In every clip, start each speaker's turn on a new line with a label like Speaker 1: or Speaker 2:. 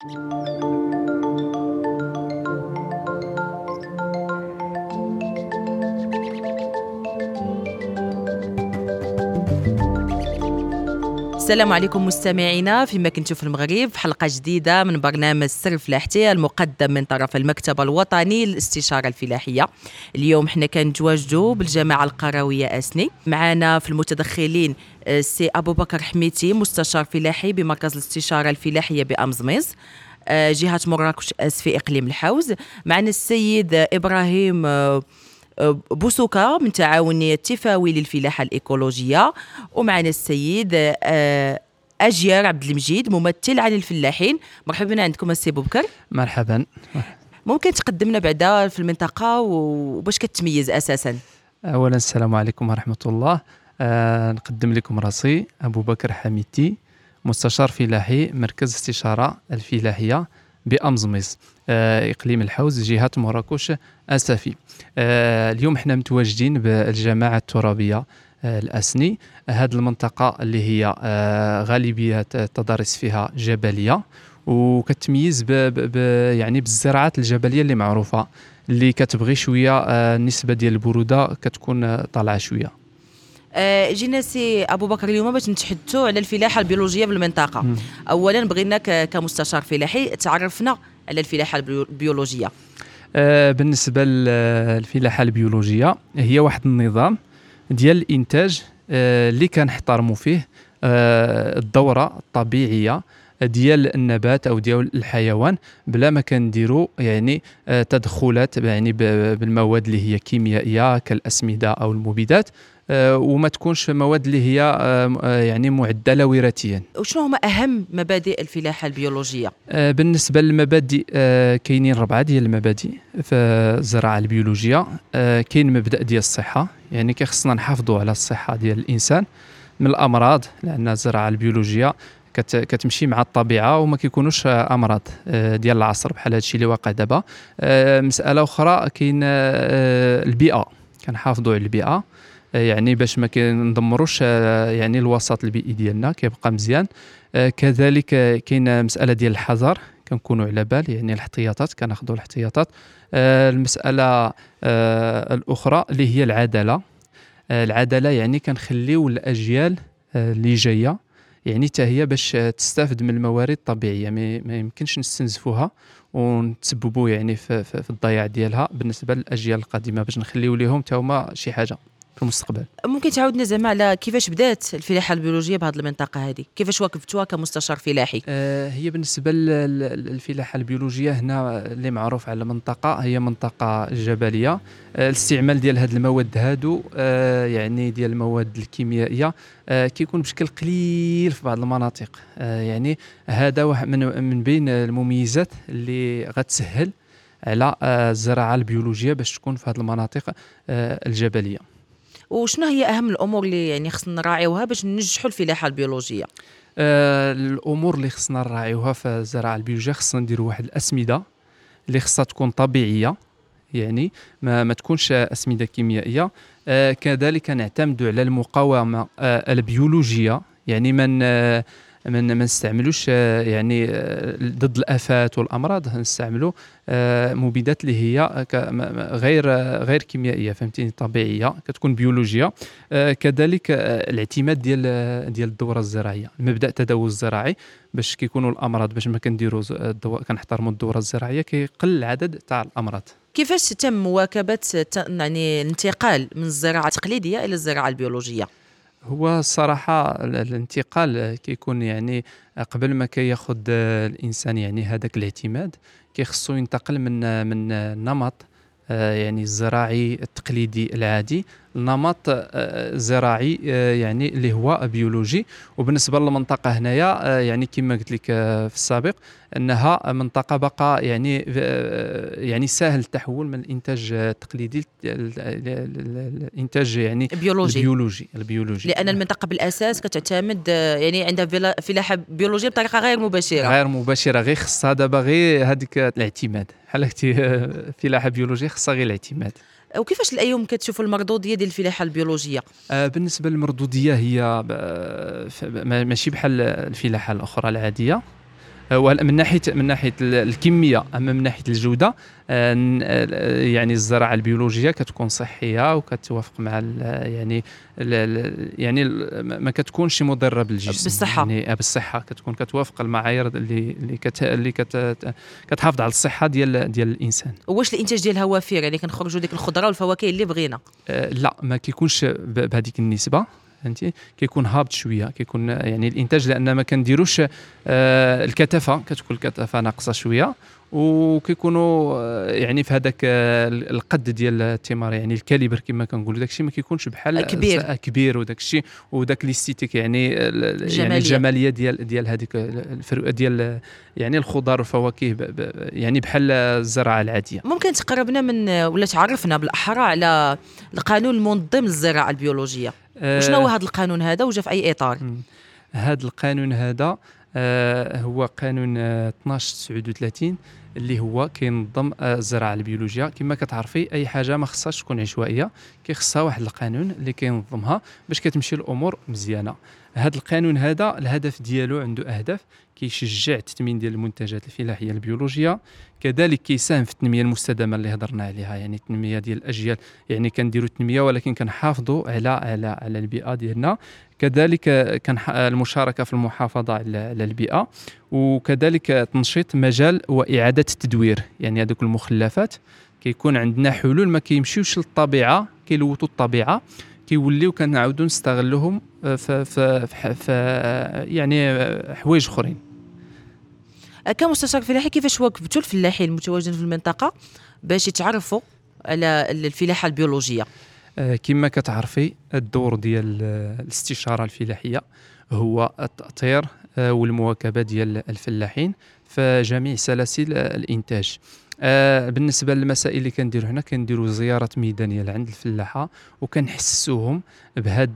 Speaker 1: السلام عليكم مستمعينا فيما كنتوا في المغرب، في حلقة جديدة من برنامج سر فلاحتي المقدم من طرف المكتب الوطني للاستشارة الفلاحية. اليوم حنا كنتواجدوا بالجماعة القروية أسني. معنا في المتدخلين السي أبو بكر حميتي، مستشار فلاحي بمركز الاستشارة الفلاحية بأمزميز جهة مراكش في إقليم الحوز. معنا السيد إبراهيم بوسوكا من تعاونية تفاوي للفلاحة الإيكولوجية، ومعنا السيد أجير عبد المجيد ممثل عن الفلاحين. مرحبا عندكم السي بوبكر.
Speaker 2: مرحبا.
Speaker 1: ممكن تقدمنا بعدا في المنطقة وباش كتميز أساسا؟
Speaker 2: أولا السلام عليكم ورحمة الله. نقدم لكم راسي أبو بكر حميتي، مستشار فلاحي مركز استشارة الفلاحية بأمزميز إقليم الحوز جهة مراكش أسفي. اليوم احنا متواجدين بالجماعة الترابية الأسني. هذه المنطقة اللي هي غالبية التضاريس فيها جبلية، وكتميز يعني بالزراعات الجبلية اللي معروفة، اللي كتبغي شوية النسبة ديال البرودة كتكون طالعة شوية.
Speaker 1: جينا سي أبو بكر اليوم باش نتحدثوا على الفلاحة البيولوجية بالمنطقة. أولا بغينا كمستشار فلاحي تعرفنا على الفلاحة البيولوجية.
Speaker 2: بالنسبة للفلاحة البيولوجية هي واحد النظام ديال الإنتاج اللي كنحترموا فيه الدورة الطبيعية ديال النبات أو ديال الحيوان، بلا ما كنديروا يعني تدخلات يعني بالمواد اللي هي كيميائية كالأسمدة أو المبيدات، وما تكونش مواد اللي هي يعني معدلة وراثيا.
Speaker 1: وشنو هما أهم مبادئ الفلاحة البيولوجية؟
Speaker 2: بالنسبة للمبادئ كاينين 4 ديال المبادئ في الزراعة البيولوجية. كاين مبدأ ديال الصحة، يعني كيخصنا نحافظوا على الصحة ديال الإنسان من الأمراض، لأن الزراعة البيولوجية كتمشي مع الطبيعة وما كيكونوش أمراض ديال العصر بحال هادشي اللي واقع دابا. مسألة أخرى كاين البيئة، كنحافظوا على البيئة يعني باش ما كندمروش يعني الوسط البيئي ديالنا كيبقى مزيان. كذلك كاين مسألة ديال الحذر، كنكونوا على بال يعني الاحتياطات، كناخذوا الاحتياطات. المسألة الأخرى اللي هي العدالة يعني كنخليو الأجيال اللي جاية يعني حتى هي باش تستافد من الموارد الطبيعية، ما يمكنش نستنزفوها ونتسببوا يعني في الضياع ديالها بالنسبة للأجيال القادمة، باش نخليو لهم حتى هما شي حاجة في المستقبل.
Speaker 1: ممكن تعاودنا زعما على كيفاش بدات الفلاحة البيولوجية بهذه المنطقة هذه، كيفاش واكبتوها كمستشار فلاحي؟
Speaker 2: هي بالنسبة للفلاحة البيولوجية هنا اللي معروف على المنطقة هي منطقة جبلية. الاستعمال ديال هاد المواد هادو يعني ديال المواد الكيميائية كيكون بشكل قليل في بعض المناطق. يعني هذا واحد من بين المميزات اللي غتسهل على الزراعة البيولوجية باش تكون في هذه المناطق الجبلية.
Speaker 1: وشنو هي أهم الأمور اللي يعني خصنا نراعيوها باش ننجحوا الفلاحة البيولوجية؟
Speaker 2: الأمور اللي خصنا نراعيوها في الزراعة البيولوجية، خصنا نديروا واحد الأسمدة اللي خصها تكون طبيعية، يعني ما تكونش أسمدة كيميائية. كذلك نعتمدوا على المقاومة البيولوجية، يعني ما نستعملوش يعني ضد الآفات والأمراض، نستعملوا مبيدات اللي هي غير كيميائية، فهمتيني، طبيعية كتكون بيولوجية. كذلك الاعتماد ديال الدورة الزراعية، مبدأ التداول الزراعي، باش كيكونوا الأمراض باش ما كنديروا كنحترموا الدورة الزراعية كيقل العدد تاع الأمراض.
Speaker 1: كيفاش تم مواكبة يعني الانتقال من الزراعة التقليدية إلى الزراعة البيولوجية؟
Speaker 2: هو الصراحة الانتقال كيكون يعني قبل ما كياخذ الإنسان يعني هذاك الاعتماد، كيخصو ينتقل من نمط يعني الزراعي التقليدي العادي لنمط زراعي يعني اللي هو بيولوجي. وبالنسبة للمنطقة هنايا يعني كما قلت لك في السابق أنها منطقة بقى يعني سهل التحول من الإنتاج التقليدي للإنتاج يعني البيولوجي،
Speaker 1: لأن المنطقة بالأساس كتعتمد يعني عندها فلاحة بيولوجية بطريقة غير مباشرة،
Speaker 2: غير خصها دابا غير هذيك الاعتماد، بحال قلتي فلاحة بيولوجية خصها غير الاعتماد.
Speaker 1: وكيفاش اليوم كتشوفوا المردودية ديال الفلاحة البيولوجية؟
Speaker 2: بالنسبة للمردودية هي ماشي بحال الفلاحة الأخرى العادية. من ناحيه الكميه، اما من ناحيه الجوده يعني الزراعه البيولوجيه كتكون صحيه وكتوافق مع يعني ما كتكونش مضره بالجسم
Speaker 1: بالصحه،
Speaker 2: يعني بالصحه، كتكون كتوافق المعايير اللي كتحافظ على الصحه ديال الانسان.
Speaker 1: واش الانتاج ديالها وافر؟ يعني كنخرجوا ديك الخضره والفواكه اللي بغينا؟
Speaker 2: لا، ما كيكونش بهذيك النسبه، فهمتي، كيكون هابط شويه، كيكون يعني الانتاج، لان ما كنديروش الكثافه، كتكون الكثافه ناقصه شويه، وكيكونوا يعني في هذاك القد ديال الثمار، يعني الكاليبر كما كنقولوا، داكشي ما كيكونش بحال كبير وداكشي وداك ليستيتيك يعني الجماليه ديال هذيك ديال يعني الخضار والفواكه يعني بحال الزراعه العاديه.
Speaker 1: ممكن تقربنا من ولا تعرفنا بالاحرى على القانون المنظم للزراعه البيولوجيه؟ وشنو هو هذا القانون هذا وجا في اي اطار؟
Speaker 2: هذا القانون هذا هو قانون 1239 اللي هو كينظم الزراعه البيولوجيه. كما كتعرفي اي حاجه ما خصهاش تكون عشوائيه، كيخصها واحد القانون اللي كينظمها باش كتمشي الامور مزيانه. هذا القانون هذا الهدف ديالو عنده اهداف: كيشجع التثمين ديال المنتجات الفلاحيه البيولوجيه، كذلك كيساهم في التنميه المستدامه اللي هضرنا عليها، يعني التنميه ديال الاجيال، يعني كنديروا التنميه ولكن كنحافظوا على البيئه ديالنا، كذلك كان المشاركه في المحافظه على البيئه، وكذلك تنشيط مجال واعاده التدوير، يعني هذوك المخلفات كيكون عندنا حلول ما كيمشيوش للطبيعه، كيلوثوا الطبيعه، كيوليو كنعاودوا نستغلوهم في يعني حوايج اخرين.
Speaker 1: كمستشار فلاحي، كيفاش واكبتوا الفلاحين المتواجدين في المنطقه باش يتعرفوا على الفلاحه البيولوجيه؟
Speaker 2: كما كتعرفي الدور ديال الاستشاره الفلاحيه هو التأطير والمواكبه ديال الفلاحين في جميع سلاسل الانتاج. بالنسبه للمسائل اللي كنديروا هنا، كنديروا زيارات ميدانيه لعند الفلاحه وكنحسسوهم بهاد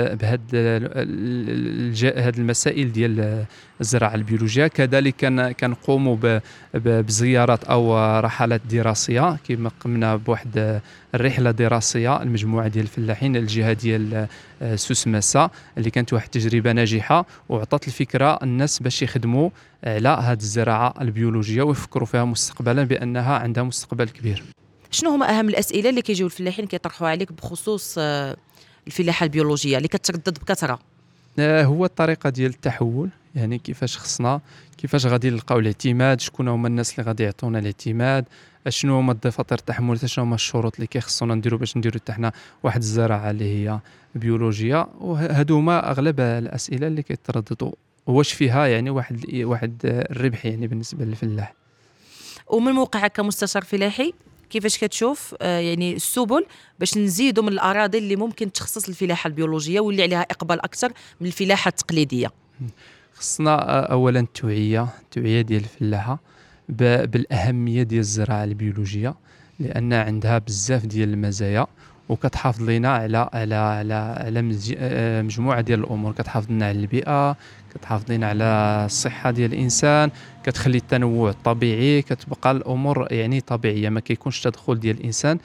Speaker 2: المسائل ديال الزراعه البيولوجيه. كذلك كنقوموا بزيارات او رحلات دراسيه، كما قمنا بواحد الرحله دراسيه المجموعه ديال الفلاحين الجهه ديال سوس مسا، اللي كانت واحد التجربه ناجحه وعطات الفكره الناس باش يخدموا على هذه الزراعه البيولوجيه ويفكروا فيها مستقبلا بانها عندها مستقبل كبير.
Speaker 1: شنو هما اهم الاسئله اللي كيجيو الفلاحين كيطرحوا عليك بخصوص الفلاحه البيولوجيه اللي كتردد بكثره؟
Speaker 2: هو الطريقه ديال التحول، يعني كيفاش غادي نلقاو الاعتماد، شكون هما الناس اللي غادي يعطونا الاعتماد، شنو هما الدفاتر التحمل، شنو هما الشروط اللي كيخصونا نديرو باش نديرو حتى حنا واحد الزراعه اللي هي بيولوجيه. وهادو هما اغلب الاسئله اللي كيترددوا، واش فيها يعني واحد الربح يعني بالنسبه للفلاح.
Speaker 1: ومن موقعك كمستشار فلاحي، كيفاش كتشوف يعني السبل باش نزيدوا من الاراضي اللي ممكن تخصص الفلاحه البيولوجيه واللي عليها اقبال اكثر من الفلاحه التقليديه؟
Speaker 2: خصنا اولا التوعيه ديال الفلاحه بالاهميه ديال الزراعه البيولوجيه، لان عندها بزاف ديال المزايا وكتحافظ لنا على مجموعه ديال الامور. كتحافظ لنا على البيئه، كتحافظ لنا على الصحه ديال الانسان، كتخلي التنوع الطبيعي، كتبقى الامور يعني طبيعيه، ما كيكونش تدخل ديال الانسان،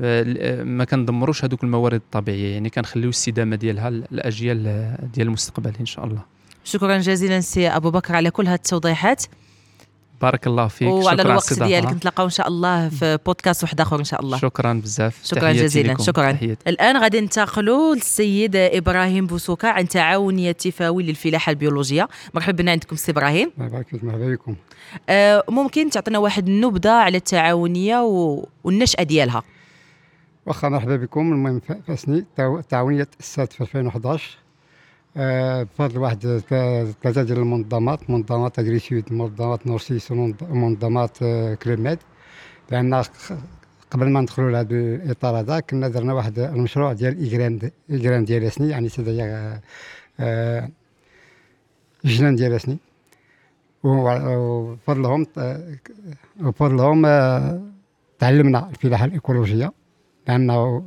Speaker 2: ما كندمروش هذوك الموارد الطبيعيه، يعني كنخليو الاستدامه ديالها الاجيال ديال المستقبل ان شاء الله.
Speaker 1: شكرا جزيلا سي ابو بكر على كل هذه التوضيحات.
Speaker 2: بارك الله فيك.
Speaker 1: وعلى الوقت ديالك. نتلاقاو ان شاء الله في بودكاست واحد اخر ان شاء الله.
Speaker 2: شكرا بزاف.
Speaker 1: شكرا جزيلا. شكرا. الان غادي ننتقلوا للسيد ابراهيم بوسوكا عن تعاونيه تفاوي للفلاحه البيولوجيه. مرحبا بنا عندكم سي ابراهيم.
Speaker 3: مرحبا بكم.
Speaker 1: ممكن تعطينا واحد النبذه على التعاونيه والنشأه ديالها؟
Speaker 3: واخا مرحبا بكم. المهم فاسني التعاونيه تاسست في 2011 بفضل واحد ثلاثه ديال المنظمات، منظمات اغريسيود، منظمات نورسيس، ومنظمات كليميد. لان قبل ما ندخلوا لهذا الاطار هذا كنا درنا واحد المشروع ديال إجران ديال اسني، يعني سيدي جنان ديال اسني، وبفضلهم تعلمنا الفلاحه الايكولوجيه، لانه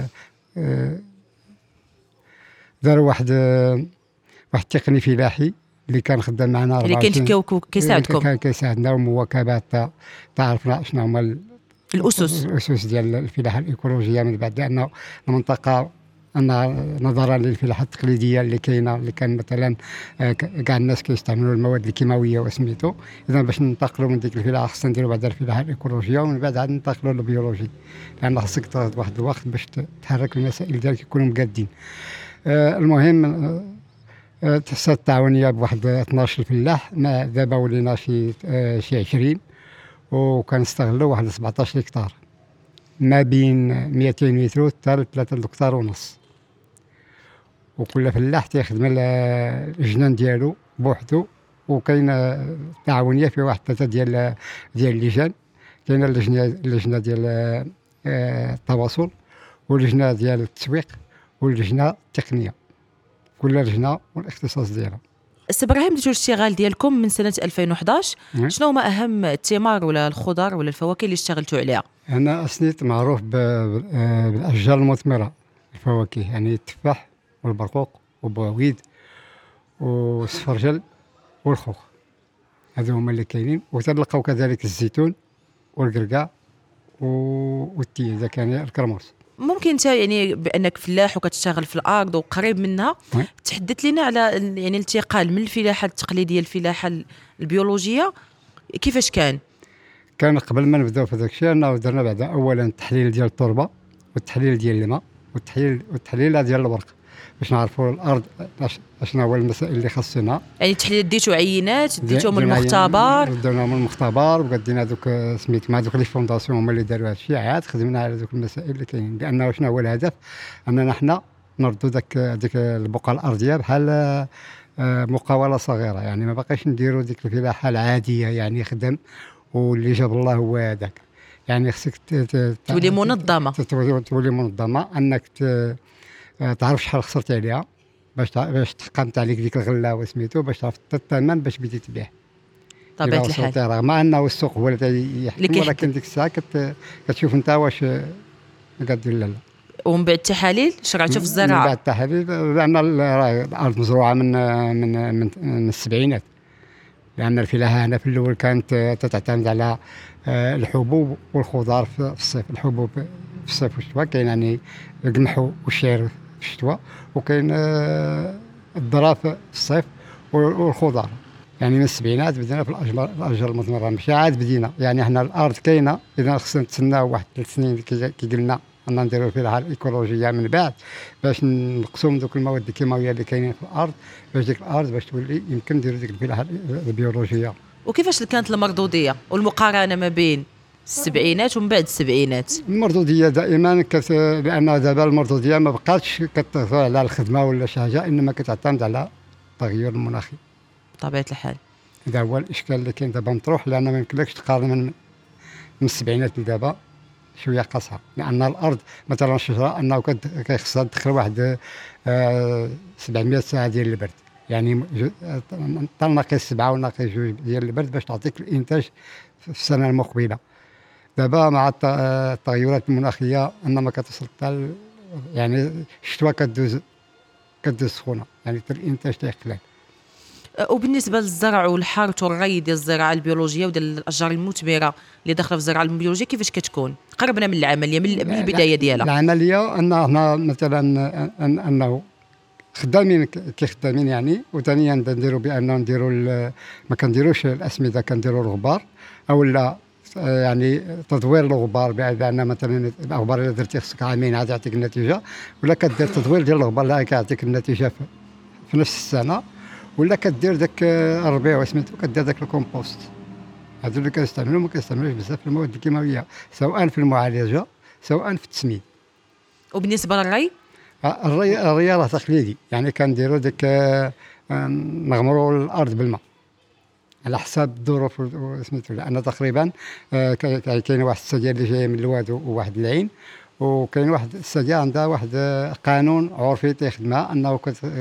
Speaker 3: داروا واحد التقني فلاحي اللي كان خدام معنا
Speaker 1: اللي كان كيساعدكم.
Speaker 3: كان كيساعدنا ومواكبات تعرفنا شنو هما
Speaker 1: الاسس
Speaker 3: ديال الفلاحه الايكولوجيه من بعد، لانه المنطقه ان نظرا للفلاحه التقليديه اللي كاينه، اللي كان مثلا كاع الناس كيستعملوا المواد الكيماويه وسميتو. اذا باش ننتقلوا من ديك الفلاحه خصنا نديروا بعدا الفلاحه الايكولوجيه، ومن بعد عاد ننتقلوا للبيولوجي، لان خصك تاخذ واحد الوقت باش تحرك المسائل ديالك يكونوا مقادين. المهم تحصل التعاونيه بواحد 12 فلاح، دابا ولينا شي 20، وكنستغلوا واحد 17 هكتار ما بين 200 متر حتى 3 هكتار ونص. وكل فلاح تيخدم الجنان ديالو بوحدو، وكاينه تعاونيه في واحد 3 ديال اللجان. كاينه اللجنه ديال التواصل، واللجنه ديال التسويق، واللجنه التقنيه، كل لجنه والاختصاص ديالها.
Speaker 1: السي ابراهيم، بديتوا الاشتغال ديالكم من سنه 2011. شنو هما اهم الثمار ولا الخضر ولا الفواكه اللي اشتغلتوا عليها؟
Speaker 3: انا اسنيت معروف بالاشجار المثمره، الفواكه يعني التفاح والبرقوق والبواويد والسفرجل والخوخ، هذو هما اللي كاينين. وتلقاو كذلك الزيتون والقرقاع والتي اذا كان الكرموس.
Speaker 1: ممكن انت يعني بانك فلاح وكتشتغل في الارض وقريب منها، تحدث لنا على يعني الانتقال من الفلاحه التقليديه للفلاحه البيولوجيه، كيفاش كان
Speaker 3: قبل ما نبداو في هذاك الشيء؟ انه درنا بعدا اولا التحليل ديال التربه، والتحليل ديال الماء، والتحليل ديال الورق، باش نعرفوا الارض شنو هو المسائل اللي خاصنا.
Speaker 1: يعني التحليل ديتو عينات، ديتو من المختبر؟
Speaker 3: درنا من المختبر، وقدينا دوك سميت مع دوك لي فونداسيون هما اللي داروا هذا الشيء. عاد خدمنا على دوك المسائل اللي كاينين، لانه شنو هو الهدف؟ اننا حنا نردوا ديك البقعه الارضيه بحال مقاوله صغيره، يعني ما باقيش نديروا ديك الفلاحه العاديه، يعني خدم واللي جاب الله هو هذاك. يعني خصك
Speaker 1: تولي منظمه،
Speaker 3: تولي منظمه، انك تعرف شحال خسرت عليها، باش تحقمت عليك ديك الغله وسميتو، باش تعرف الثمن باش بديتي تبيع.
Speaker 1: طبيعه الحال،
Speaker 3: رغم انه السوق هو اللي يحكم، ولكن ديك الساعه كتشوف انت واش قادر لا لا.
Speaker 1: ومن بعد التحاليل شرعتوا في الزراعه؟
Speaker 3: من بعد التحاليل، لان الارض مزروعه من السبعينات، لان الفلاحه هنا في الاول كانت تعتمد على الحبوب والخضار في الصيف. الحبوب في الصيف والشتاء، كاين يعني القمح والشعير في الشتاء، وكاين الذره في الصيف والخضار. يعني من السبعينات بدينا في الاشجار المثمره، ماشي عاد بدينا، يعني احنا الارض كاينه، اذا خصنا نتسناو واحد 3 سنين كي قلنا ان نديروا فيها الايكولوجيه من بعد، باش نقصوا من دوك المواد الكيماويه اللي كاينين في الارض، باش ديك الارض باش تولي يمكن نديروا ديك الفلاحه البيولوجيه.
Speaker 1: وكيفاش كانت المردوديه والمقارنه ما بين السبعينات ومن بعد السبعينات؟
Speaker 3: المردوديه دائما لان دابا المردوديه ما بقاتش كتعتمد على الخدمه ولا شي حاجه، انما كتعتمد على التغير المناخي
Speaker 1: بطبيعه الحال.
Speaker 3: هذا هو الاشكال اللي كاين دابا مطروح، لان ما يمكنلكش تقارن من السبعينات لدابا، شويه قاصحه، لان الارض مثلا الشجره انه كيخصها تدخل واحد 700 ساعه ديال البرد، يعني ناقص 7 وناقص 2 ديال البرد باش تعطيك الانتاج في السنه المقبله. دابا مع التغيرات المناخيه انما كتصل حتى يعني الشتوى كدوز سخونه، يعني الانتاج تيقلل.
Speaker 1: وبالنسبه للزرع والحرث والري ديال الزراعه البيولوجيه وديال الاشجار المثمره اللي داخله في الزراعه البيولوجيه، كيفاش كتكون؟ قربنا من العمليه من البدايه ديالها.
Speaker 3: العمليه اننا مثلا انه خدامين كخدامين يعني، وثانيا نديروا بانه ما كنديروش الاسمده، كنديروا الغبار او لا يعني تدوير الغبار، بان مثلا الغبار اللي درتي خصك عامين عاد يعطيك النتيجه، ولا كدير تدوير ديال الغبار اللي كيعطيك النتيجه في نفس السنه، ولا كدير داك الربيع وسميتو كدير داك الكومبوست. هادو اللي كنستعملوا، ما كنستعملوش بزاف في المواد الكيماويه، سواء في المعالجه سواء في التسميد.
Speaker 1: وبالنسبه للري؟
Speaker 3: الري راه تقليدي، يعني كنديروا ديك نغمروا الارض بالماء على حساب الظروف سميتو، لان تقريبا كاين واحد السديه اللي جايه من الواد وواحد العين، وكاين واحد السديه عندها واحد قانون عرفي تيخدمها، انه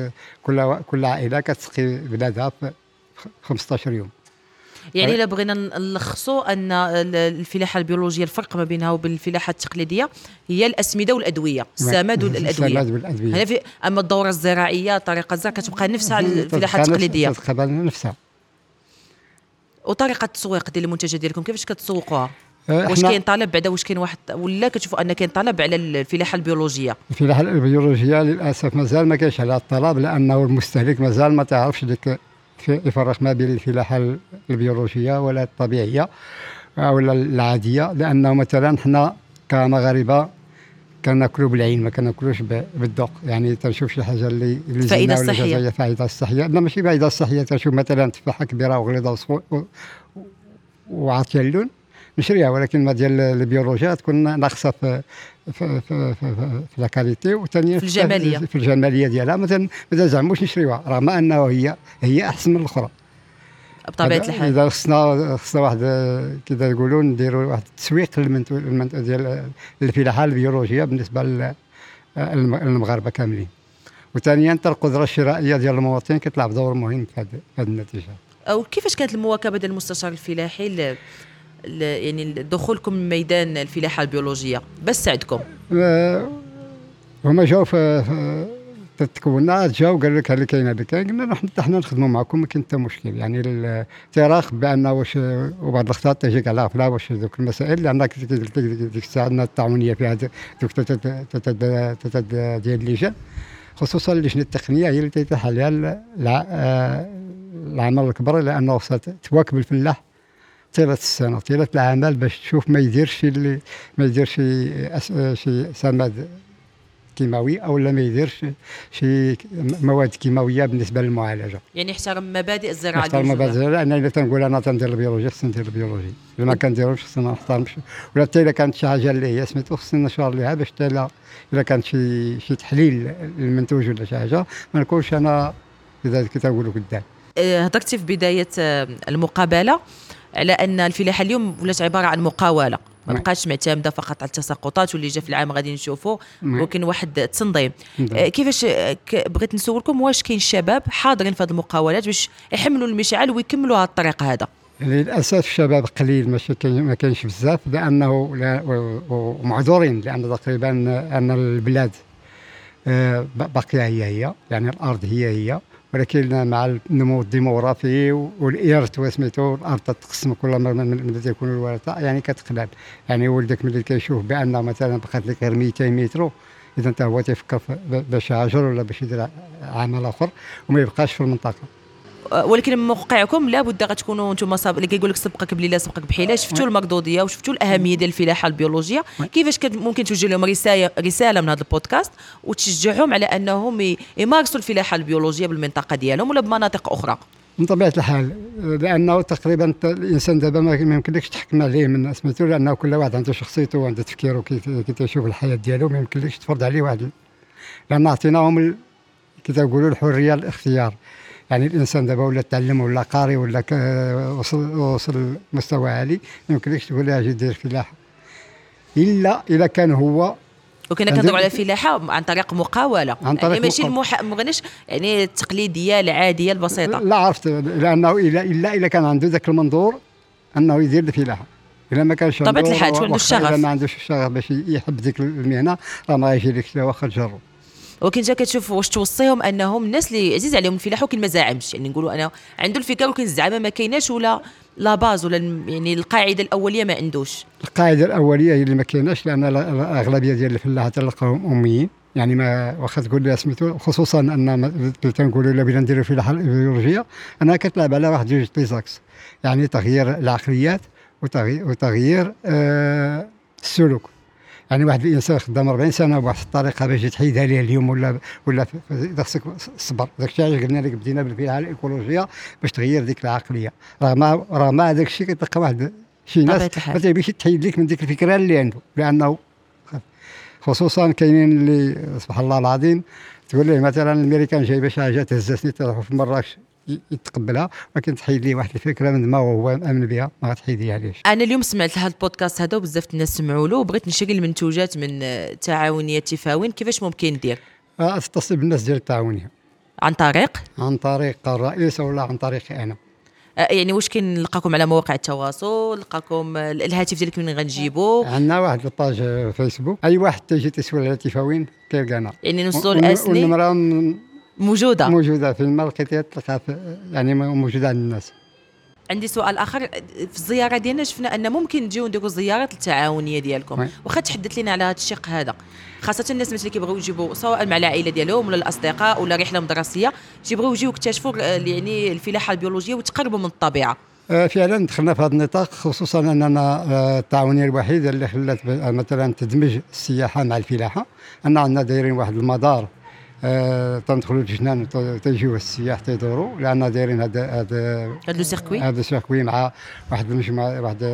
Speaker 3: كل عائله كتسقي بلادها في 15 يوم.
Speaker 1: يعني الا بغينا نلخصوا ان الفلاحه البيولوجيه الفرق ما بينها وبين الفلاحه التقليديه هي الاسمده والادويه، السماد والادويه. هنا اما الدوره الزراعيه طريقه الزرع كتبقى نفسها على الفلاحه التقليديه،
Speaker 3: كتبقى نفسها.
Speaker 1: وطريقه التسويق ديال المنتجات ديالكم كيفاش كتسوقوها؟ واش كاين طلب بعدا، واش كاين واحد ولا كتشوفوا ان كاين طلب على الفلاحه البيولوجيه؟
Speaker 3: الفلاحه البيولوجيه للاسف مازال ما كاينش على الطلب، لانه المستهلك مازال ما تعرفش ديك يفرق ما بين الفلاحه البيولوجيه ولا الطبيعيه ولا العاديه. لانه مثلا حنا كمغاربه كناكلوا بالعين، ما كناكلوش بالذوق. يعني تنشوف شي حاجه اللي
Speaker 1: فائده صحيه،
Speaker 3: فائده صحيه، لا ماشي فائده صحيه. تنشوف مثلا تفاحه كبيره وغليظه وعاطيه اللون نشريها، ولكن ما ديال البيولوجيا تكون ناقصه في لا كاليتي، وثانيا في الجماليه ديالها. مثلا ما زعموش نشريوها رغم انه هي احسن من الاخرى
Speaker 1: بطبيعه الحال.
Speaker 3: اذا خصنا واحد كذا يقولوا نديروا واحد التسويق ديال الفلاحه البيولوجيه بالنسبه للمغاربه كاملين. وثانيا حتى القدره الشرائيه ديال المواطن كتلعب دور مهم في هذه النتيجه.
Speaker 1: او كيفاش كانت المواكبه ديال المستشار الفلاحي يعني دخولكم من ميدان الفلاحه البيولوجيه باش ساعدكم؟
Speaker 3: هما جاو تكونا جاو قال لك هل كاينه بكاين، قلنا حنا نخدموا معكم ما كاين حتى مشكل. يعني التراخ بان واش وبعض الخطات تجيك على غفله واش ذوك المسائل، لان ديك الساعه عندنا التعاونيه في هذا دوك ديال اللجان، خصوصا اللجنه التقنيه هي اللي تيتاح عليها العمل الكبر، لانه خصها تواكب الفلاح طيله السنه طيله العمل باش تشوف ما يديرش شي سماد كيماوي او لا ما يديرش شي مواد كيماويه بالنسبه للمعالجه.
Speaker 1: يعني يحترم مبادئ الزراعه
Speaker 3: يحترم مبادئ. انا الا تنقول انا تندير البيولوجي خصني ندير البيولوجي، الا ما كنديروش خصنا ما نحترمش. ولا حتى الا كانت شي حاجه اللي هي سميتو خصنا نشار ليها باش حتى الا كانت شي تحليل للمنتوج ولا شي حاجه ما نكونش انا كذا كتقولوا قدام.
Speaker 1: هضرتي في بدايه المقابله على ان الفلاحه اليوم ولات عباره عن مقاوله، ما بقاتش معتمده فقط على التساقطات، واللي جا في العام غادي نشوفوا ولكن واحد التنظيم. كيفاش بغيت نسولكم واش كاين شباب حاضرين في هذه المقاولات باش يحملوا المشعل ويكملوا هذا الطريق هذا؟
Speaker 3: للاسف الشباب قليل، ماشي ما كاينش بزاف، لانه ومعذورين، لان تقريبا ان البلاد باقيه هي يعني الارض هي، ولكن مع النمو الديموغرافي والارث وسميتو الارض تتقسم كل مره من تكون الورثه يعني كتقلال. يعني ولدك ملي كيشوف بان مثلا بقات لك غير 200 متر، اذا انت هو تيفكر باش يهاجر ولا باش يدير عمل اخر وما يبقاش في المنطقه.
Speaker 1: ولكن من موقعكم لابد غتكونوا نتوما اللي كيقول لك سبقك بليله سبقك بحيله، شفتوا المردوديه وشفتوا الاهميه ديال الفلاحه البيولوجيه. كيفاش ممكن توجه لهم رساله من هذا البودكاست وتشجعهم على انهم يمارسوا الفلاحه البيولوجيه بالمنطقه ديالهم ولا بمناطق اخرى؟
Speaker 3: من طبيعه الحال، لانه تقريبا الانسان دابا ما يمكنلكش تحكم عليه من سميتو، لانه كل واحد عنده شخصيته وعنده تفكيره كي تشوف الحياه ديالو، ما يمكنلكش تفرض عليه واحد، لان عطيناهم كي تقولوا الحريه الاختيار. يعني الانسان دابا ولا تعلم ولا قاري ولا وصل مستوى عالي، ما يمكنلكش تقول له اجي دير فلاحه الا كان هو.
Speaker 1: وكنا كنهضروا على الفلاحه عن طريق مقاوله،
Speaker 3: عن طريق
Speaker 1: يعني ماشي مغناش يعني التقليديه العاديه البسيطه.
Speaker 3: لا عرفت، لانه الا كان عنده ذاك المنظور انه يدير الفلاحه. الا ما كانش
Speaker 1: طبيعه الحال عنده الشغف،
Speaker 3: الا ما عندوش الشغف باش يحب ديك المهنه راه ما يجيلكش واخا تجرب.
Speaker 1: ولكن جا كتشوف واش توصيهم انهم الناس اللي عزيز عليهم الفلاحه ولكن ما زاعمش، يعني نقولوا انا عنده الفكره ولكن الزعامه ما كايناش ولا لا باز ولا يعني القاعده الاوليه ما عندوش.
Speaker 3: القاعده الاوليه هي اللي ما كايناش، لان الاغلبيه ديال الفلاحه تلقاهم اميين. يعني ما واخا تقول لها سميتو، خصوصا ان تنقولوا الا بغينا نديروا الفلاحه البيولوجيه انها كتلعب على واحد جوج ليزاكس، يعني تغيير العقليات وتغيير السلوك. يعني واحد الانسان خدام 40 سنه بواحد الطريقه باش تحيدها ليه اليوم ولا خصك الصبر. داك الشيء علاش قلنا لك بدينا بالفلاحه الايكولوجيه باش تغير ديك العقليه، رغم هذاك الشيء كتلقى واحد شي ناس ما تيبيش تحيد لك من ديك الفكره اللي عنده، لانه خصوصا كاينين اللي سبحان الله العظيم تقول ليه مثلا الامريكان جايبه شي حاجه تهزتني تروح في مراكش يتقبلها، ولكن تحيد ليه واحد الفكره من دماغه وهو امن بها ما غتحيديها ليش.
Speaker 1: انا اليوم سمعت هذا البودكاست هذا وبزاف الناس سمعوا له، وبغيت نشري المنتوجات من تعاونيه تفاوين. كيفاش ممكن ندير؟
Speaker 3: تتصل بالناس ديال التعاونيه
Speaker 1: عن طريق
Speaker 3: الرئيس ولا عن طريقي انا.
Speaker 1: يعني واش كنلقاكم على مواقع التواصل؟ لقاكم الهاتف ديالك من غنجيبو؟
Speaker 3: عندنا واحد الباج فيسبوك، اي واحد تيجي تسول على تفاوين كيلقانا.
Speaker 1: يعني نوصلوا الاسني
Speaker 3: والنمره
Speaker 1: موجوده
Speaker 3: في الماء، لقيتيها تلقاها يعني موجوده عند الناس.
Speaker 1: عندي سؤال اخر. في الزياره ديالنا شفنا ان ممكن نجيو نديروا زيارات التعاونيه ديالكم، واخا تحدث لنا على هذا الشق هذا، خاصه الناس مثلا اللي كيبغيو يجيبوا سواء مع العائله ديالهم ولا الاصدقاء ولا رحله مدرسيه، تيبغيو يجيو يكتشفوا يعني الفلاحه البيولوجيه وتقربوا من الطبيعه.
Speaker 3: فعلا دخلنا في هذا النطاق، خصوصا اننا التعاونيه الوحيده اللي خلات مثلا تدمج السياحه مع الفلاحه، ان عندنا دايرين واحد المدار تندخلوا الجنان تيجيو السياح تيدوروا، لان دايرين هذا لو سيركوي مع واحد المجموعه، واحد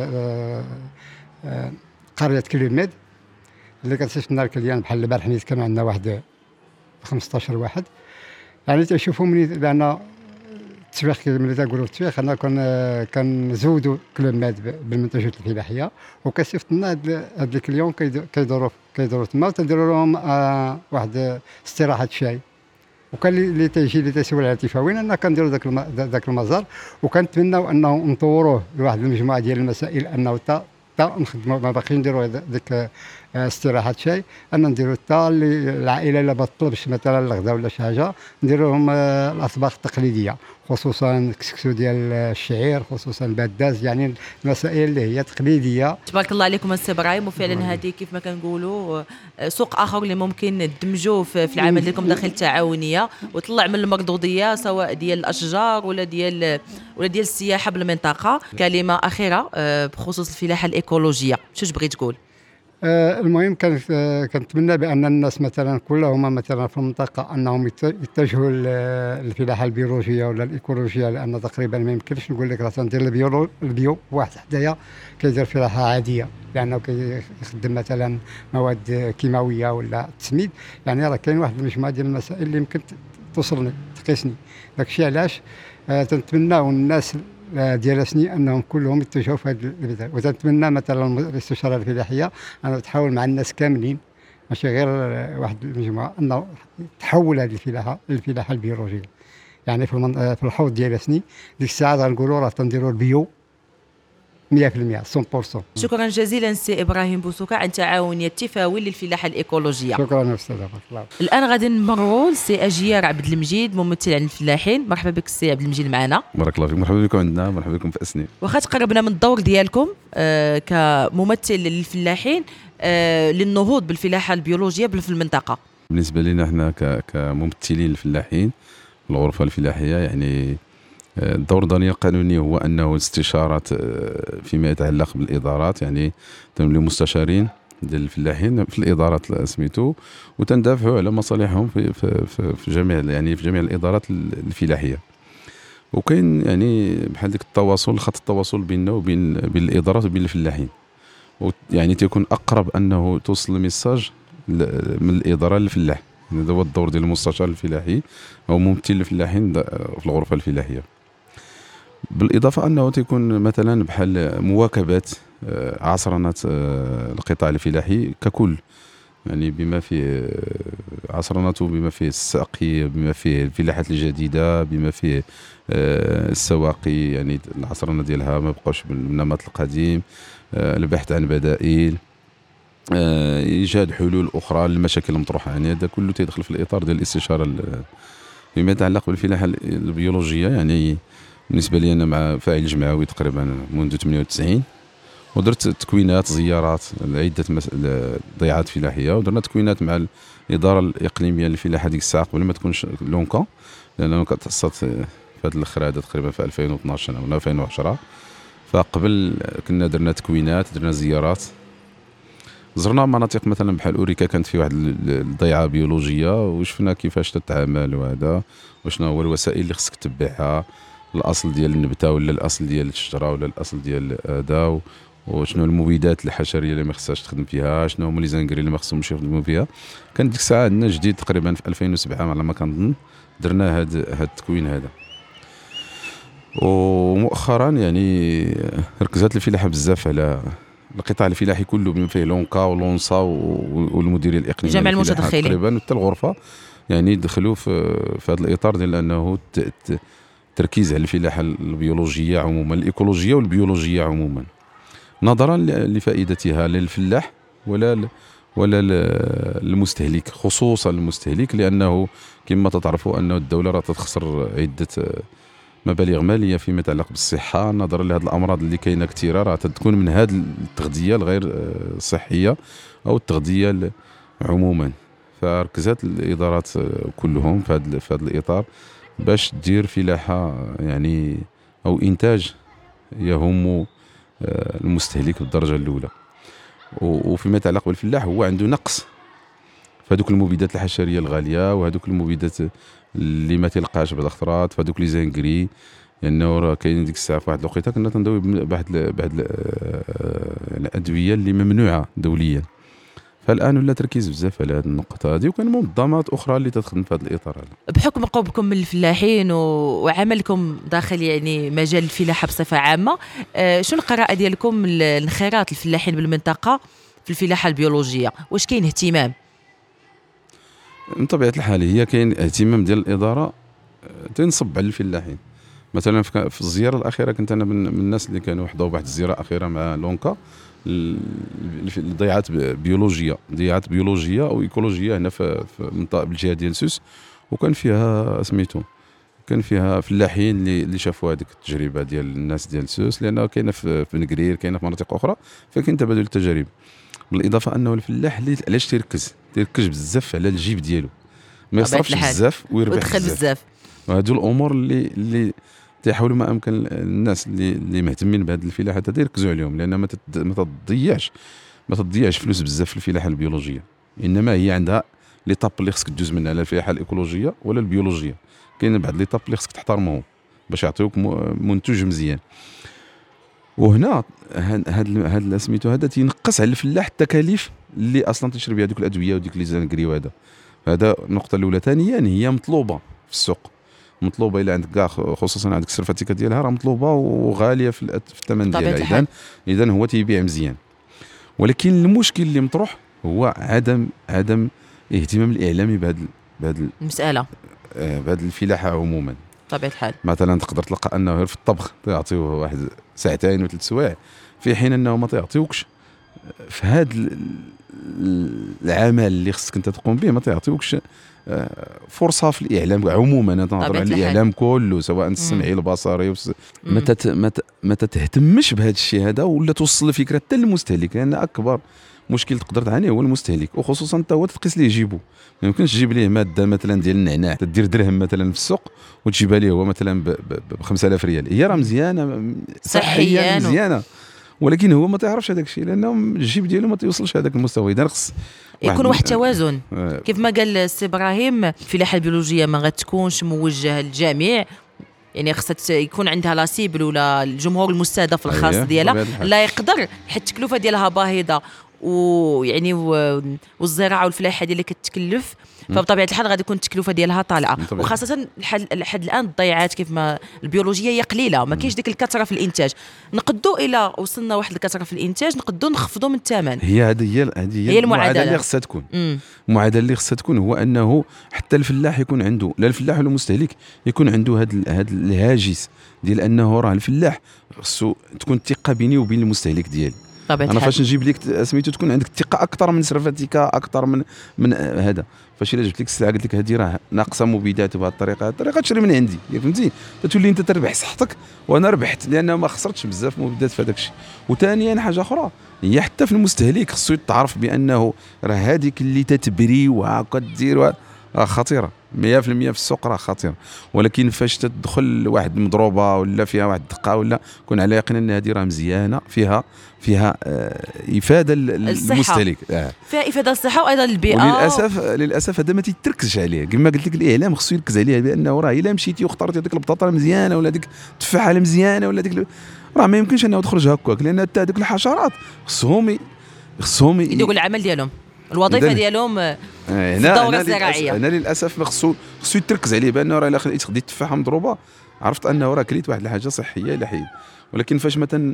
Speaker 3: قريه كليميد اللي كتشفنا الكليان بحال البارح نيت كانوا عندنا واحد 15 واحد، يعني تيشوفوا لان التسويق ملي تنقولوا التسويق انا كنزودوا كليميد بالمنتجات الفلاحيه، وكصيفط لنا هاد الكليون كيدوروا تما وتنديروا لهم واحد استراحه شاي، وكان اللي تيجي اللي تيسول على تيفاوين انا كنديروا ذاك المزار، وكنتمناو انه نطوروه لواحد المجموعه ديال المسائل، انه نخدموا ما باقيين نديروا ديك استراحه شاي، ان نديروا حتى العائله اللي ما تطلبش مثلا الغداء ولا شي حاجه نديروا لهم الاطباق التقليديه، خصوصا الكسكسو ديال الشعير، خصوصا البداز، يعني المسائل اللي هي تقليديه.
Speaker 1: تبارك الله عليكم السي ابراهيم. وفعلا هذه كيف ما كنقولوا سوق اخر اللي ممكن ندمجوه في العمل ديالكم داخل التعاونيه، وطلع من المردوديه سواء ديال الاشجار ولا ديال السياحه بالمنطقه. كلمه اخيره بخصوص الفلاحه الايكولوجيه، شو تبغي تقول؟
Speaker 3: المهم كنتمنى بان الناس مثلا كلهم مثلا في المنطقه انهم يتجهوا للفلاحه البيولوجيه ولا الايكولوجيه، لان تقريبا ما يمكنش نقول لك راه تندير البيو واحد حدايا كيدير فلاحه عاديه، لانه كيخدم مثلا مواد كيماويه ولا تسميد، يعني راه كاين واحد المجموعه ديال المسائل اللي يمكن توصلني تقيسني. داكشي علاش تنتمناو الناس ديال سني انهم كلهم يتجهوا في هذا البدايه، وتنتمنى مثلا الاستشاره الفلاحيه انه تحاول مع الناس كاملين، ماشي غير واحد المجموعه، انه تحول هذه الفلاحه البيولوجيه، يعني في الحوض ديال سني ديك الساعه غنقولوا راه تنديروا البيو 100% 100%.
Speaker 1: شكرا جزيلا سي ابراهيم بوسوكا عن تعاونيه تفاوي للفلاحه الايكولوجيه.
Speaker 3: شكرا استاذ الله.
Speaker 1: الان غادي نمروا لسي اجيار عبد المجيد ممثل عن الفلاحين. مرحبا بك سي عبد المجيد معنا.
Speaker 4: بارك الله فيك. مرحبا بكم عندنا، مرحبا بكم في اسني.
Speaker 1: واخا تقربنا من الدور ديالكم كممثل للفلاحين للنهوض بالفلاحه البيولوجيه في المنطقه.
Speaker 4: بالنسبه لنا احنا كممثلين الفلاحين الغرفه الفلاحيه، يعني الدور الدنيا القانوني هو انه استشارات فيما يتعلق بالادارات، يعني تنوليو مستشارين ديال الفلاحين في الادارات سميتو، وتندافعوا على مصالحهم في جميع في جميع الادارات الفلاحيه. وكاين يعني بحال ديك التواصل، خط التواصل بيننا وبين الادارات وبين الفلاحين، يعني تيكون اقرب انه توصل الميساج من الاداره للفلاح. هذا هو الدور ديال المستشار الفلاحي او ممثل الفلاحين في الغرفه الفلاحيه. بالاضافه انه تيكون مثلا بحال مواكبه عصرنه القطاع الفلاحي ككل، يعني بما فيه عصرنته، بما فيه الساقي، بما فيه الفلاحات الجديده، بما فيه السواقي، يعني العصرنه ديالها ما بقاوش بالنمط القديم، البحث عن بدائل، ايجاد حلول اخرى للمشاكل المطروحه. يعني هذا كله تيدخل في الاطار ديال الاستشاره فيما يتعلق بالفلاحه البيولوجيه. يعني بالنسبه لي انا مع فاعل جمعوي تقريبا منذ 98، ودرت تكوينات زيارات لعده ضيعات فلاحيه، ودرنا تكوينات مع الاداره الاقليميه للفلاحه ديك الساعه قبل ما تكونش لونكا، لانه كتاسست في هذا الاخر هذا تقريبا في 2012 ولا 2010. فقبل كنا درنا تكوينات، درنا زيارات، زرنا مناطق مثلا بحال اوريكا كانت في واحد الضيعه بيولوجيه، وشفنا كيفاش تتعامل وهذا، وشنو هو الوسائل اللي خصك تتبعها، الاصل ديال النبته ولا الاصل ديال الشجره ولا الاصل ديال هذا، وشنو المبيدات الحشريه اللي ما خصهاش تخدم فيها، شنو هما لي زانغري اللي ما خصهمش يخدموا فيها. كان ديك الساعه عندنا جديد تقريبا في 2007 على ما كنظن درنا هذا التكوين هذا. ومؤخرا يعني ركزت الفلاحه بزاف على القطاع الفلاحي كله بما فيه لونكا ولونصا والمديريه الاقليميه
Speaker 1: جميع المتدخلين
Speaker 4: تقريبا حتى الغرفه، يعني دخلوا في هذا الاطار ديال انه تركيز على الفلاحه البيولوجيه عموما، الايكولوجيه والبيولوجيه عموما، نظرا لفائدتها للفلاح ولا المستهلك، خصوصا المستهلك، لانه كما تعرفوا ان الدوله راه تخسر عده مبالغ ماليه فيما يتعلق بالصحه، نظرا لهذه الامراض اللي كاينه كثيره راه تكون من هذه التغذيه الغير صحيه او التغذيه عموما. فركزت الادارات كلهم في هذا الاطار باش تدير فلاحه يعني او انتاج يهم المستهلك بالدرجه الاولى. وفيما يتعلق بالفلاح هو عنده نقص في هذوك المبيدات الحشريه الغاليه وهذوك المبيدات اللي ما تلقاش بعض الخطرات، في هذوك لي زانغري، لانه راه كاين ديك الساعه في واحد الوقيته كنا تندوي بواحد الادويه اللي ممنوعه دوليا. فالان ولا تركيز بزاف على هذه النقطه هذه، وكاين منظمات اخرى اللي تخدم في هذا الاطار هذا.
Speaker 1: بحكم قربكم من الفلاحين وعملكم داخل يعني مجال الفلاحه بصفه عامه، شنو القراءه ديالكم لانخراط الفلاحين بالمنطقه في الفلاحه البيولوجيه؟ واش كاين اهتمام؟
Speaker 4: من طبيعه الحال هي كاين اهتمام ديال الاداره تنصب على الفلاحين. مثلا في الزياره الاخيره كنت انا من الناس اللي كانوا حضروا واحد الزياره اخيره مع لونكا ضيعات بيولوجيه او ايكولوجيه هنا في منطقه بالجهه ديال سوس، وكان فيها سميتو كان فيها فلاحين اللي شافوا هذيك التجربه ديال الناس ديال سوس، لانه كاينه في نقرير، كاينه في مناطق اخرى، فكاين تبادل التجارب. بالاضافه انه الفلاح علاش تيركز بزاف على الجيب ديالو، ما يصرفش بزاف ويربح بزاف. وهذو الامور اللي تحاولوا ما امكن الناس اللي مهتمين بهذه الفلاحه هذه يركزوا عليهم، لان ما تضيعش فلوس بزاف في الفلاحه البيولوجيه، انما هي عندها لي طاب اللي خصك تدوز منها، لا الفلاحه الايكولوجيه ولا البيولوجيه. كاين بعض لي طاب اللي خصك تحترمهم باش يعطيوك منتوج مزيان. وهنا هاد سميتو هذا تينقص على الفلاح التكاليف اللي اصلا تشري بها هذوك الادويه وديك لي زانغري. هذا النقطه الاولى. ثانيا هي مطلوبه في السوق، مطلوبه الى عندك كاع، خصوصا عندك السرفاتيكا ديالها راه مطلوبه وغاليه في الثمن ديالها. اذا هو تيبيع مزيان. ولكن المشكل اللي مطروح هو عدم اهتمام الاعلامي بهذه
Speaker 1: المساله،
Speaker 4: بهذه الفلاحه عموما.
Speaker 1: طبيعه الحال
Speaker 4: مثلا تقدر تلقى انه غير في الطبخ تعطيوه واحد ساعتين وثلاث سوايع، في حين انه ما تعطيوكش في هذا العمل اللي خصك انت تقوم به، ما تعطيوكش فرصه في الاعلام عموما. انا نهضر على الاعلام كله، سواء السمعي البصري ما تهتمش بهذا الشيء هذا، ولا توصل الفكره حتى للمستهلك، لان اكبر مشكل تقدر تعانيه هو المستهلك، وخصوصا انت هو تقيس ليه جيبو. ما يمكنش تجيب ليه ماده مثلا ديال النعناع تدير درهم مثلا في السوق وتجيبها ليه هو مثلا ب 5000 ريال، هي راه مزيانه صحيا مزيانه، ولكن هو ما تعرفش هذاك الشيء، لانه الجيب ديالو ما توصلش هذاك المستوى. اذا خص
Speaker 1: يكون واحد التوازن. كيف ما قال السي ابراهيم، الفلاحه البيولوجيه ما غتكونش موجهه للجميع، يعني خصها يكون عندها لا سيبل ولا الجمهور المستهدف الخاص ديالها، لا يقدر حيت التكلفه ديالها باهظه، ويعني والزراعه والفلاحه اللي كتكلف، فبطبيعه الحال غادي تكون التكلفه ديالها طالعه، وخاصه لحد الان الضيعات كيف ما البيولوجيه هي قليله، ما كاينش ديك الكثره في الانتاج. نقدوا الى وصلنا واحد الكثره في الانتاج نقدوا نخفضوا من الثمن.
Speaker 4: هي المعادله اللي خصها تكون. المعادله اللي خصها تكون هو انه حتى الفلاح يكون عنده، لا الفلاح ولا المستهلك يكون عنده هذا الهاجس ديال انه راه الفلاح خصو تكون الثقه بيني وبين المستهلك ديالي. انا فاش نجيب لك سميتو تكون عندك الثقه اكثر من سرفاتيكا، اكثر من هذا. فاش الا جبت لك السلعه قلت لك هذه راه ناقصه مبيدات بهذه الطريقه تشري من عندي، فهمتي؟ تولي انت تربح صحتك وانا ربحت، لانه ما خسرتش بزاف مبيدات في هذاك الشيء. وثانيا حاجه اخرى هي حتى في المستهلك خصو يتعرف بانه راه هذيك اللي تتبري وهاكا دير راه خطيره 100% في السوق، راه خطيره. ولكن فاش تدخل واحد مضروبه ولا فيها واحد الدقه ولا كون على يقين ان هذه راه مزيانه، فيها افاده للمستهلك،
Speaker 1: فيها افاده للصحه وايضا للبيئه.
Speaker 4: وللاسف هذا ما تيتركزش عليه. كما قلت لك الاعلام خصو يركز عليه، بانه راه الا مشيتي واخترتي هذيك البطاطا مزيانه ولا ديك التفاحه مزيانه ولا ديك راه ما يمكنش انه تخرج هكاك، لان حتى هذوك الحشرات خصهم
Speaker 1: يديروا العمل ديالهم، الوظيفه ديالهم في الدوره الزراعيه.
Speaker 4: هنا للاسف خصو يتركز عليه، بانه راه الا خديتي التفاحه مضروبه عرفت انه راه كليت واحد الحاجه صحيه الى حين. ولكن فاش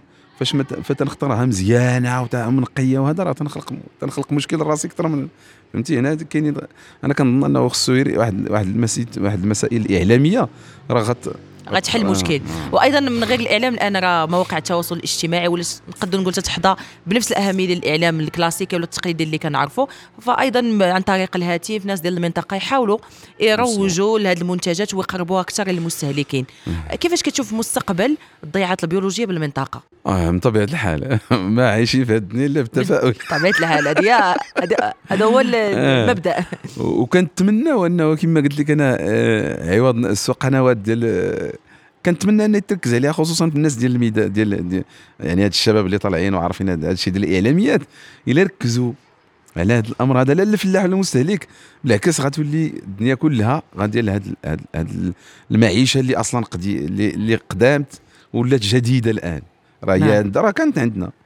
Speaker 4: ما تنختارها مزيانه ومنقيه وهذا راه تنخلق مشكل راسي اكثر من، فهمتي؟ هنا كاين انا كنظن انه خصو واحد المسائل الاعلاميه راه
Speaker 1: غتحل المشكل. وايضا من غير الاعلام الان راه مواقع التواصل الاجتماعي ولا نقدر نقول تحظى بنفس الاهميه ديال الاعلام الكلاسيكي ولا التقليدي اللي كنعرفوا. فايضا عن طريق الهاتف ناس ديال المنطقه يحاولوا يروجوا لهذه المنتجات ويقربوها اكثر للمستهلكين. كيفاش كتشوف مستقبل الضياعات البيولوجيه بالمنطقه؟
Speaker 4: من طبيعه الحال ما عايشين في هذه الدنيا الا بالتفاؤل.
Speaker 1: طبيعه الحال هذا هو المبدا.
Speaker 4: وكنتمناو انه كما قلت لك انا عوض السوق قنوات ديال كنتمنى ان يتركز عليها خصوصا في الناس ديال الميدان ديال يعني هاد الشباب اللي طالعين وعارفين هذا الشيء ديال الاعلاميات الا ركزوا على هذا الامر هذا لا الفلاح ولا المستهلك بالعكس غتولي الدنيا كلها غادي لهاد المعيشه اللي اصلا اللي قدامت ولات جديده الان. راه كانت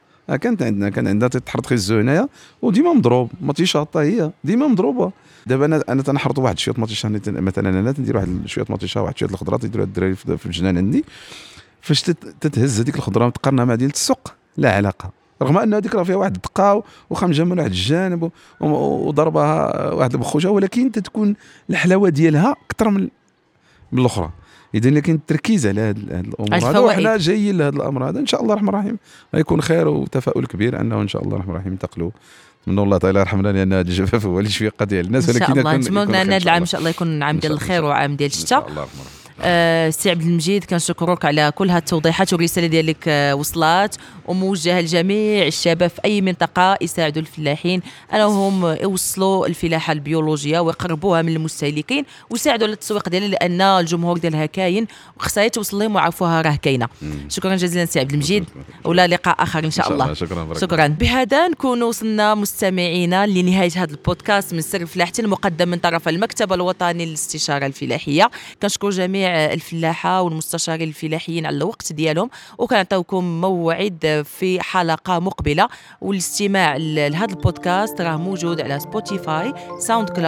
Speaker 4: عندنا تتحرط خيزو هنايا وديما مضروب مطيشه هي ديما مضروبه. دابا انا تنحرط واحد شويه مطيشه مثلا انا تندير واحد شويه مطيشه واحد شويه الخضره تيديروا الدراري في الجنان عندي فاش تتهز هذيك الخضره وتقارنها مع ديال السوق لا علاقه. رغم ان هذيك راه فيها واحد الدقه وخمجه من واحد الجانب وضربها واحد البخوجه ولكن تتكون الحلاوه ديالها اكثر من الاخرى. اذا لكن التركيز على هذه الامور هذا وحنا جايين لهذا الامر هذا ان شاء الله الرحمن الرحيم غيكون خير وتفاؤل كبير انه ان شاء الله الرحمن الرحيم ينتقلوا من الله تعالى يرحمنا لان هذا الجفاف هو اللي شويه قضيه الناس
Speaker 1: ولكن نتمنى ان هذا العام ان شاء الله يكون عام ديال الخير وعام ديال الشتاء. سي عبد المجيد كنشكرك على كل هذه التوضيحات والرساله ديالك وصلات وموجهه لجميع الشباب في اي منطقه يساعدوا الفلاحين انهم يوصلوا الفلاحه البيولوجيه ويقربوها من المستهلكين ويساعدوا على التسويق ديالها لان الجمهور ديالها كاين وخصها توصل لهم ويعرفوها راه كاينه. شكرا جزيلا سي عبد المجيد ولا لقاء اخر ان شاء الله. شكرا. بهذا نكون وصلنا مستمعينا لنهايه هذا البودكاست من سر فلاحتي المقدم من طرف المكتب الوطني للاستشاره الفلاحيه. كنشكر جميع الفلاحه والمستشارين الفلاحيين على الوقت ديالهم وكنعطيوكم موعد في حلقه مقبله. والاستماع لهذا البودكاست راه موجود على سبوتيفاي ساوند كلاود